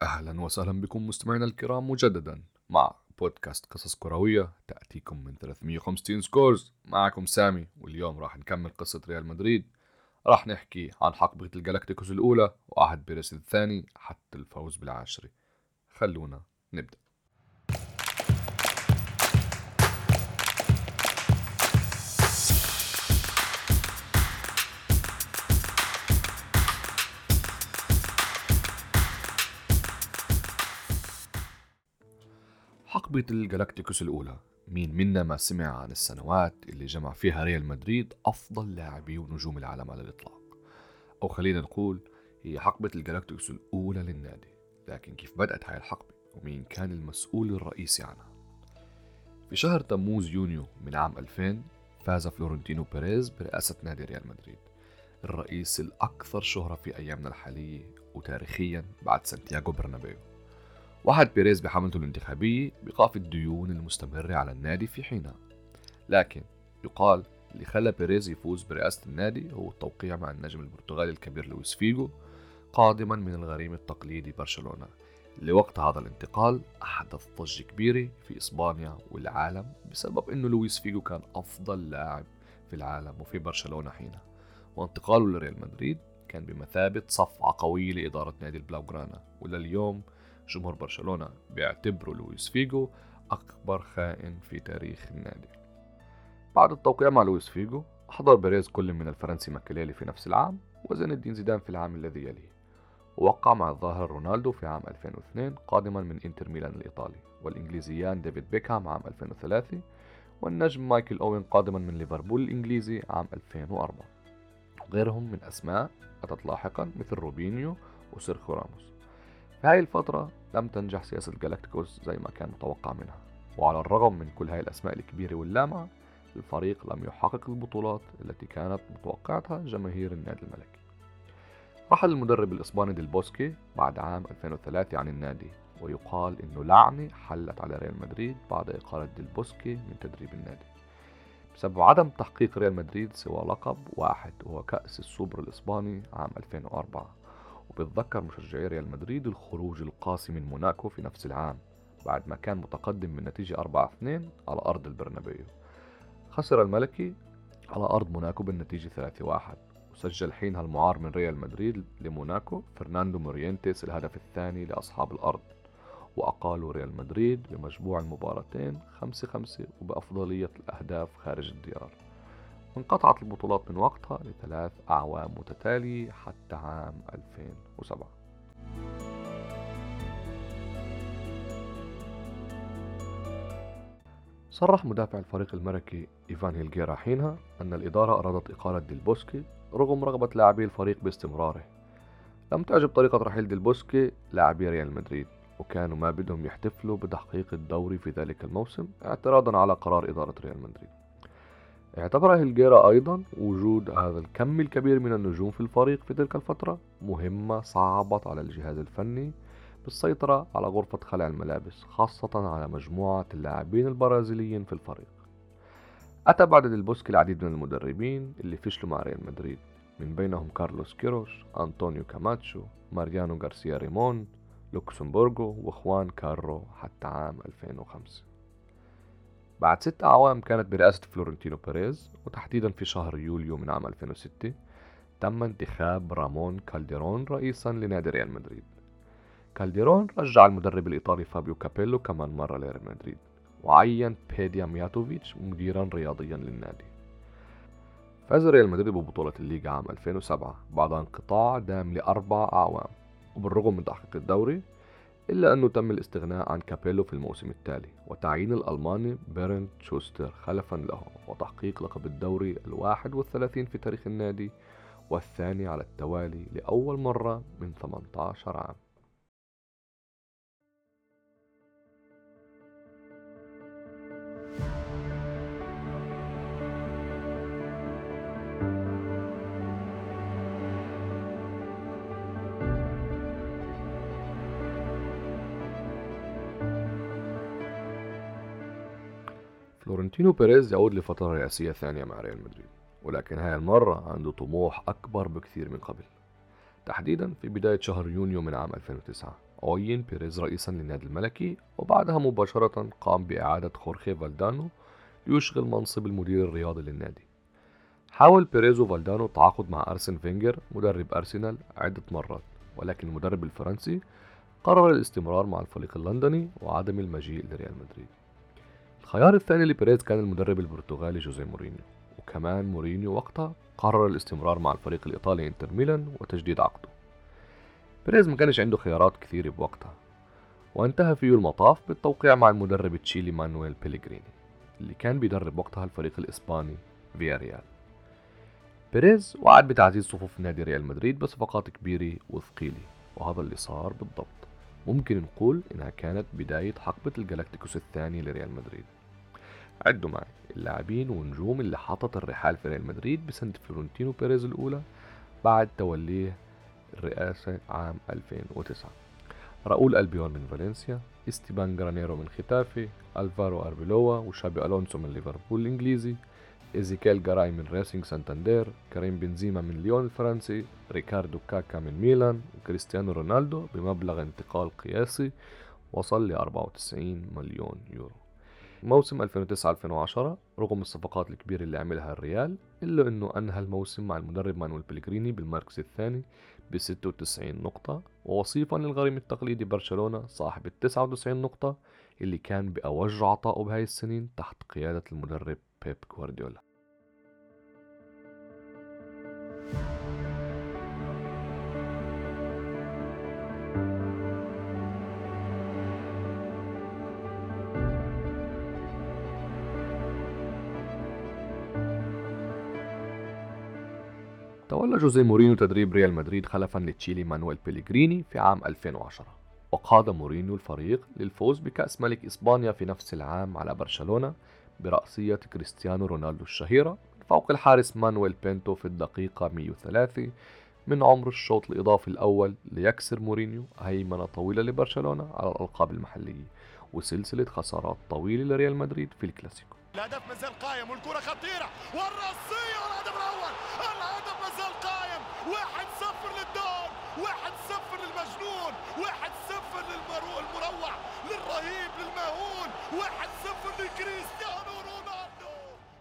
أهلا وسهلا بكم مستمعينا الكرام مجددا مع بودكاست قصص كروية تأتيكم من 350 سكورز. معكم سامي، واليوم راح نكمل قصة ريال مدريد. راح نحكي عن حقبة الجالاكتيكوس الأولى وعهد بيريز الثاني حتى الفوز بالعاشرة. خلونا نبدأ. حقبة الجالاكتيكوس الأولى، مين منا ما سمع عن السنوات اللي جمع فيها ريال مدريد أفضل لاعبي ونجوم العالم على الإطلاق؟ أو خلينا نقول هي حقبة الجالاكتيكوس الأولى للنادي. لكن كيف بدأت هاي الحقبة ومين كان المسؤول الرئيسي عنها؟ في شهر تموز يونيو من عام 2000 فاز فلورنتينو بيريز برئاسة نادي ريال مدريد، الرئيس الأكثر شهرة في أيامنا الحالية وتاريخيا بعد سانتياغو برنابيو. وعد بيريز بحملته الانتخابية بإيقاف الديون المستمرة على النادي في حينها. لكن يقال اللي خلى بيريز يفوز برئاسة النادي هو التوقيع مع النجم البرتغالي الكبير لويس فيجو، قادما من الغريم التقليدي برشلونة، اللي وقت هذا الانتقال أحدث ضجة كبيرة في إسبانيا والعالم بسبب أنه لويس فيجو كان أفضل لاعب في العالم وفي برشلونة حينها، وانتقاله لريال مدريد كان بمثابة صفعة قوية لإدارة نادي البلاوغرانا. ولليوم جمهور برشلونة بيعتبروا لويس فيجو أكبر خائن في تاريخ النادي. بعد التوقيع مع لويس فيجو أحضر بيريز كل من الفرنسي ماكيليلي في نفس العام وزين الدين زيدان في العام الذي يليه، ووقع مع الظاهر رونالدو في عام 2002 قادما من إنتر ميلان الإيطالي، والإنجليزيان ديفيد بيكهام عام 2003، والنجم مايكل أوين قادما من ليفربول الإنجليزي عام 2004، وغيرهم من أسماء أتت لاحقا مثل روبينيو وسيرخيو راموس. في هذه الفترة لم تنجح سياسة جالاكتيكوس زي ما كان متوقع منها، وعلى الرغم من كل هذه الأسماء الكبيرة واللامعة الفريق لم يحقق البطولات التي كانت متوقعتها جماهير النادي الملكي. رحل المدرب الإسباني ديل بوسكي بعد عام 2003 عن النادي، ويقال إنه لعنة حلت على ريال مدريد بعد إقالة ديل بوسكي من تدريب النادي بسبب عدم تحقيق ريال مدريد سوى لقب واحد وهو كأس السوبر الإسباني عام 2004. وبتذكر مشجعي ريال مدريد الخروج القاسي من موناكو في نفس العام بعد ما كان متقدم من نتيجة 4-2 على أرض البرنابيو. خسر الملكي على أرض موناكو بالنتيجة 3-1، وسجل حينها المعار من ريال مدريد لموناكو فرناندو مورينتيس الهدف الثاني لأصحاب الأرض، وأقالوا ريال مدريد بمجموع المباراتين 5-5 وبأفضلية الأهداف خارج الديار. وانقطعت البطولات من وقتها ل3 أعوام متتالية حتى عام 2007. صرح مدافع الفريق الملكي إيفان هيلغيرا حينها أن الإدارة أرادت إقالة ديل بوسكي رغم رغبة لاعبي الفريق باستمراره. لم تعجب طريقة رحيل ديل بوسكي لاعبي ريال مدريد، وكانوا ما بدهم يحتفلوا بتحقيق الدوري في ذلك الموسم اعتراضا على قرار إدارة ريال مدريد. اعتبر هيلغيرا أيضا وجود هذا الكم الكبير من النجوم في الفريق في تلك الفترة مهمة صعبت على الجهاز الفني بالسيطرة على غرفة خلع الملابس، خاصة على مجموعة اللاعبين البرازيليين في الفريق. أتى بعد ديل بوسكي العديد من المدربين اللي فشلوا مع ريال مدريد، من بينهم كارلوس كيروش، أنطونيو كاماتشو، ماريانو غارسيا ريمون، لوكسمبورغو، وخوان كارو حتى عام 2005. بعد 6 أعوام كانت برئاسة فلورنتينو بيريز، وتحديدا في شهر يوليو من عام 2006 تم انتخاب رامون كالديرون رئيسا لنادي ريال مدريد. كالديرون رجع المدرب الإيطالي فابيو كابيلو كمان مرة لريال مدريد، وعين بيديا مياتوفيتش مديرا رياضيا للنادي. فاز ريال مدريد ببطولة الليغا عام 2007 بعد انقطاع دام ل4 أعوام، وبالرغم من تحقيق الدوري إلا أنه تم الاستغناء عن كابيلو في الموسم التالي وتعيين الألماني بيرنت شوستر خلفا له، وتحقيق لقب الدوري 31 في تاريخ النادي والثاني على التوالي لأول مرة من 18 عام. فلورنتينو بيريز يعود لفترة رئاسية ثانية مع ريال مدريد، ولكن هاي المرة عنده طموح أكبر بكثير من قبل. تحديدا في بداية شهر يونيو من عام 2009 عين بيريز رئيسا للنادي الملكي، وبعدها مباشرة قام بإعادة خورخي فالدانو ليشغل منصب المدير الرياضي للنادي. حاول بيريز وفالدانو التعاقد مع أرسن فينجر مدرب أرسنال عدة مرات، ولكن المدرب الفرنسي قرر الاستمرار مع الفريق اللندني وعدم المجيء لريال مدريد. الخيار الثاني لبيريز كان المدرب البرتغالي جوزيه مورينيو، وكمان مورينيو وقتها قرر الاستمرار مع الفريق الإيطالي انتر ميلان وتجديد عقده. بيريز ما كانش عنده خيارات كثيرة بوقتها، وانتهى فيه المطاف بالتوقيع مع المدرب التشيلي مانويل بيليغريني اللي كان بيدرب وقتها الفريق الإسباني فيا ريال. بيريز وعد بتعزيز صفوف نادي ريال مدريد بصفقات كبيرة وثقيلة، وهذا اللي صار بالضبط. ممكن نقول إنها كانت بداية حقبة الجلاكتيكوس الثاني لريال مدريد. عدوا معي اللاعبين والنجوم اللي حطت الرحال في ريال مدريد بسنة فلورنتينو بيريز الأولى بعد توليه الرئاسة عام 2009: راؤول ألبيون من فالنسيا، استيبان جرانيرو من ختافي، ألفارو أربيلوا وشابي ألونسو من ليفربول الإنجليزي، إيزيكيل جاراي من ريسينج سانتاندير، كريم بنزيما من ليون الفرنسي، ريكاردو كاكا من ميلان، وكريستيانو رونالدو بمبلغ انتقال قياسي وصل ل 94 مليون يورو. موسم 2009-2010 رغم الصفقات الكبيرة اللي عملها الريال، إلا أنه أنهى الموسم مع المدرب مانويل بيليغريني بالمركز الثاني ب 96 نقطة، ووصيفا للغريم التقليدي برشلونة صاحب 99 نقطة اللي كان بأوج عطائه بهاي السنين تحت قيادة المدرب بيب غوارديولا. تولى جوزيه مورينيو تدريب ريال مدريد خلفا لتشيلي مانويل بيليغريني في عام 2010، وقاد مورينيو الفريق للفوز بكأس ملك إسبانيا في نفس العام على برشلونة برأسية كريستيانو رونالدو الشهيرة فوق الحارس مانويل بينتو في الدقيقة 103 من عمر الشوط الإضافي الأول، ليكسر مورينيو هيمنة طويلة لبرشلونة على الألقاب المحلية وسلسلة خسارات طويلة لريال مدريد في الكلاسيكو. الهدف مازال قائم والكرة خطيرة والرأسية والهدف الأول. الهدف مازال قائم. 1-0 للدون، 1-0 للمجنون، 1-0 المروع للرهيب للمهول، 1-0 لكريستيانو رونالدو.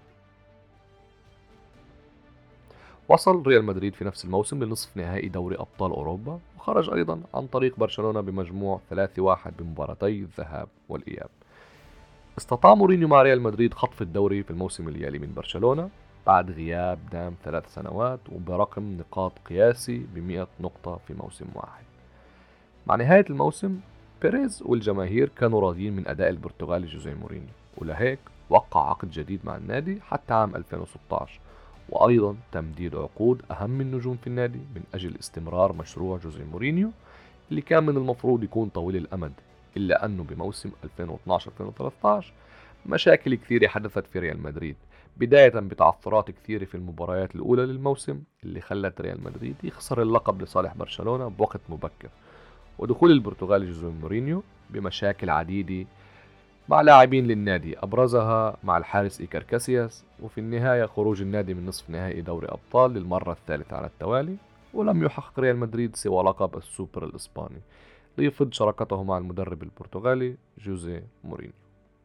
وصل ريال مدريد في نفس الموسم لنصف نهائي دوري أبطال أوروبا، وخرج أيضا عن طريق برشلونة بمجموع 3-1 بمباراتي الذهاب والإياب. استطاع مورينيو مع ريال مدريد خطف الدوري في الموسم اليالي من برشلونة بعد غياب دام 3 سنوات وبرقم نقاط قياسي ب100 نقطة في موسم واحد. مع نهاية الموسم بيريز والجماهير كانوا راضيين من أداء البرتغالي جوزيه مورينيو، ولهيك وقع عقد جديد مع النادي حتى عام 2016، وأيضا تمديد عقود أهم النجوم في النادي من أجل استمرار مشروع جوزيه مورينيو اللي كان من المفروض يكون طويل الأمد، إلا أنه بموسم 2012-2013 مشاكل كثيرة حدثت في ريال مدريد، بداية بتعثرات كثيرة في المباريات الأولى للموسم اللي خلت ريال مدريد يخسر اللقب لصالح برشلونة بوقت مبكر، ودخول البرتغالي جوزيه مورينيو بمشاكل عديدة مع لاعبين للنادي أبرزها مع الحارس إيكار كاسياس، وفي النهاية خروج النادي من نصف نهائي دوري أبطال للمرة الثالثة على التوالي، ولم يحقق ريال مدريد سوى لقب السوبر الإسباني ليفض شراكته مع المدرب البرتغالي جوزيه مورينيو.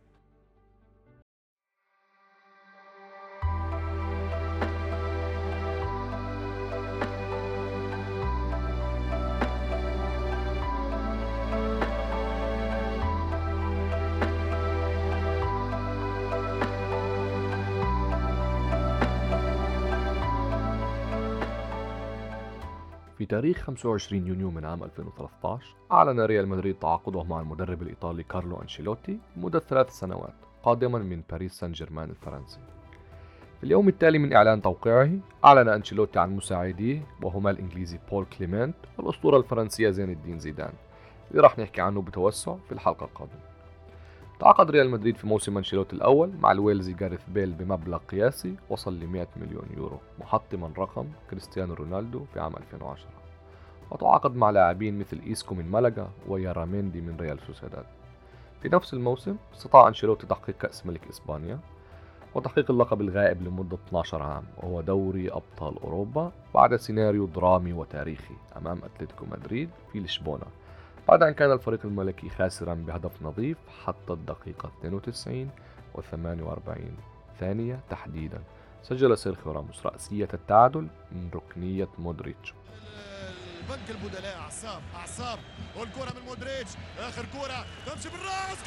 في تاريخ 25 يونيو من عام 2013 أعلن ريال مدريد تعاقده مع المدرب الإيطالي كارلو أنشيلوتي لمدة 3 سنوات قادما من باريس سان جيرمان الفرنسي. في اليوم التالي من إعلان توقيعه أعلن أنشيلوتي عن مساعديه وهما الإنجليزي بول كليمنت والأسطورة الفرنسية زين الدين زيدان اللي راح نحكي عنه بتوسع في الحلقة القادمة. تعاقد ريال مدريد في موسم أنشيلوتي الأول مع الويلزي جاريث بيل بمبلغ قياسي وصل ل 100 مليون يورو محطما رقم كريستيانو رونالدو في عام 2010، وتعاقد مع لاعبين مثل إيسكو من مالاغا وياراميندي من ريال سوسيداد. في نفس الموسم استطاع أنشيلوتي تحقيق كأس ملك إسبانيا، وتحقيق اللقب الغائب لمدة 12 عام وهو دوري أبطال أوروبا بعد سيناريو درامي وتاريخي أمام أتلتيكو مدريد في لشبونة، بعد أن كان الفريق الملكي خاسرا بهدف نظيف حتى الدقيقة 92 و48 ثانية تحديدا. سجل سيرخيو راموس رأسية التعادل من ركنية مودريتش. البنك البدلاء اعصاب والكرة من مودريتش، اخر كرة تمشي بالراس،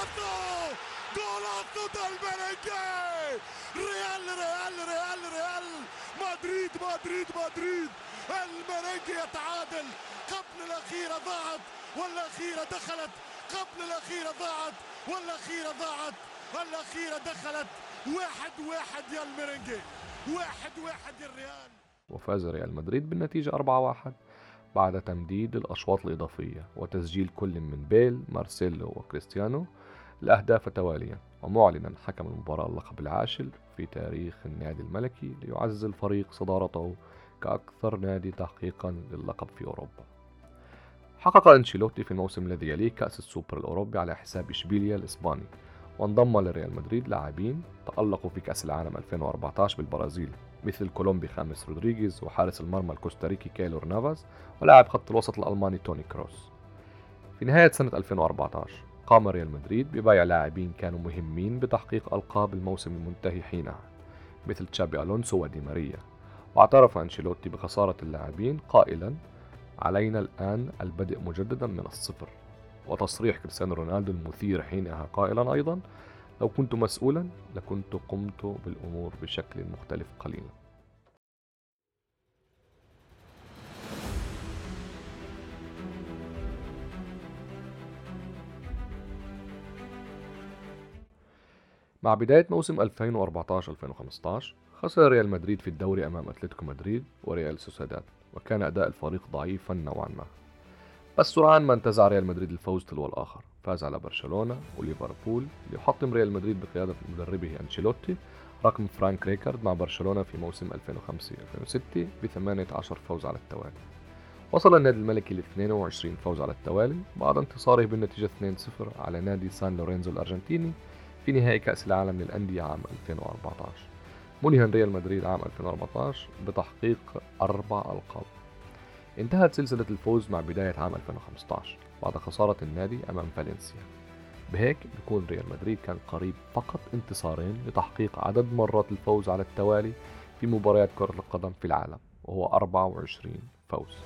جول ده الملكي. ريال مدريد الملكي يتعادل قبل الأخيرة ضاعت والأخيرة دخلت، قبل الأخيرة ضاعت والأخيرة ضاعت، الأخيرة دخلت. 1-1 يا الميرينجي، 1-1 يا الريال. وفاز ريال مدريد بالنتيجة 4-1 بعد تمديد الأشواط الإضافية وتسجيل كل من بيل، مارسيلو وكريستيانو الأهداف تواليا، ومعلنا حكم المباراة اللقب العاشر في تاريخ النادي الملكي ليعزز الفريق صدارته كأكثر نادي تحقيقا للقب في أوروبا. حقق أنشيلوتي في الموسم الذي يليه كأس السوبر الأوروبي على حساب إشبيليا الإسباني، وانضم لريال مدريد لاعبين تألقوا في كأس العالم 2014 بالبرازيل مثل كولومبي خامس رودريغيز وحارس المرمى الكوستاريكي كايلور نافاز ولاعب خط الوسط الألماني توني كروس. في نهاية سنة 2014 قام ريال مدريد ببيع لاعبين كانوا مهمين بتحقيق ألقاب الموسم المنتهي حينها مثل تشابي ألونسو ودي ماريا، واعترف أنشيلوتي بخسارة اللاعبين قائلا: علينا الآن البدء مجددا من الصفر. وتصريح كريستيانو رونالدو المثير حينها قائلا أيضا: لو كنت مسؤولا لكنت قمت بالأمور بشكل مختلف قليلا. مع بداية موسم 2014-2015 خسر ريال مدريد في الدوري أمام أتلتيكو مدريد وريال سوسيداد، وكان أداء الفريق ضعيفا نوعا ما، بس سرعان ما انتزع ريال مدريد الفوز تلو الآخر، فاز على برشلونة وليفربول ليحطم ريال مدريد بقيادة مدربه أنشيلوتي رقم فرانك ريكارد مع برشلونة في موسم 2005-2006 ب18 فوز على التوالي. وصل النادي الملكي ل 22 فوز على التوالي بعد انتصاره بالنتيجة 2-0 على نادي سان لورينزو الأرجنتيني في نهائي كأس العالم للأندية عام 2014. منهى ريال مدريد عام 2014 بتحقيق 4 ألقاب. انتهت سلسلة الفوز مع بداية عام 2015 بعد خسارة النادي أمام فالنسيا. بهيك بيكون ريال مدريد كان قريب فقط انتصارين لتحقيق عدد مرات الفوز على التوالي في مباريات كرة القدم في العالم، وهو 24 فوز.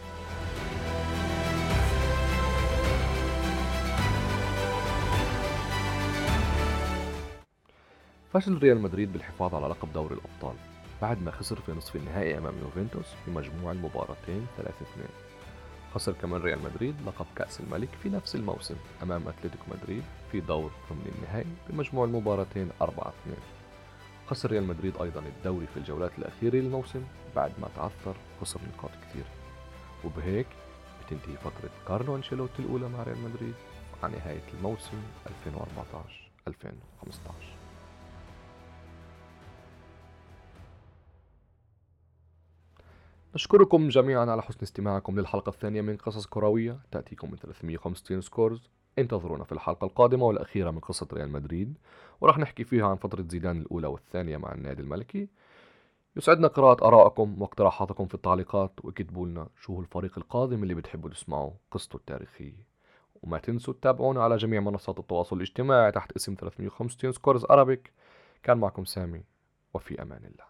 فشل ريال مدريد بالحفاظ على لقب دوري الأبطال بعد ما خسر في نصف النهائي أمام يوفنتوس في مجموع المباراتين 3-2. خسر كمان ريال مدريد لقب كأس الملك في نفس الموسم أمام أتلتيكو مدريد في دور ثمن النهائي بمجموع المباراتين 4-2. خسر ريال مدريد أيضا الدوري في الجولات الأخيرة للموسم بعد ما تعثر وخسر نقاط كثير. وبهيك بتنتهي فترة كارلو أنشيلوتي الأولى مع ريال مدريد على نهاية الموسم 2014-2015. نشكركم جميعا على حسن استماعكم للحلقة الثانية من قصص كروية تأتيكم من 365 سكورز. انتظرونا في الحلقة القادمة والأخيرة من قصة ريال مدريد، وراح نحكي فيها عن فترة زيدان الأولى والثانية مع النادي الملكي. يسعدنا قراءة آرائكم واقتراحاتكم في التعليقات، وكتبوا لنا شو هو الفريق القادم اللي بتحبوا تسمعوا قصته التاريخية. وما تنسوا تتابعونا على جميع منصات التواصل الاجتماعي تحت اسم 365 سكورز أرابيك. كان معكم سامي، وفي أمان الله.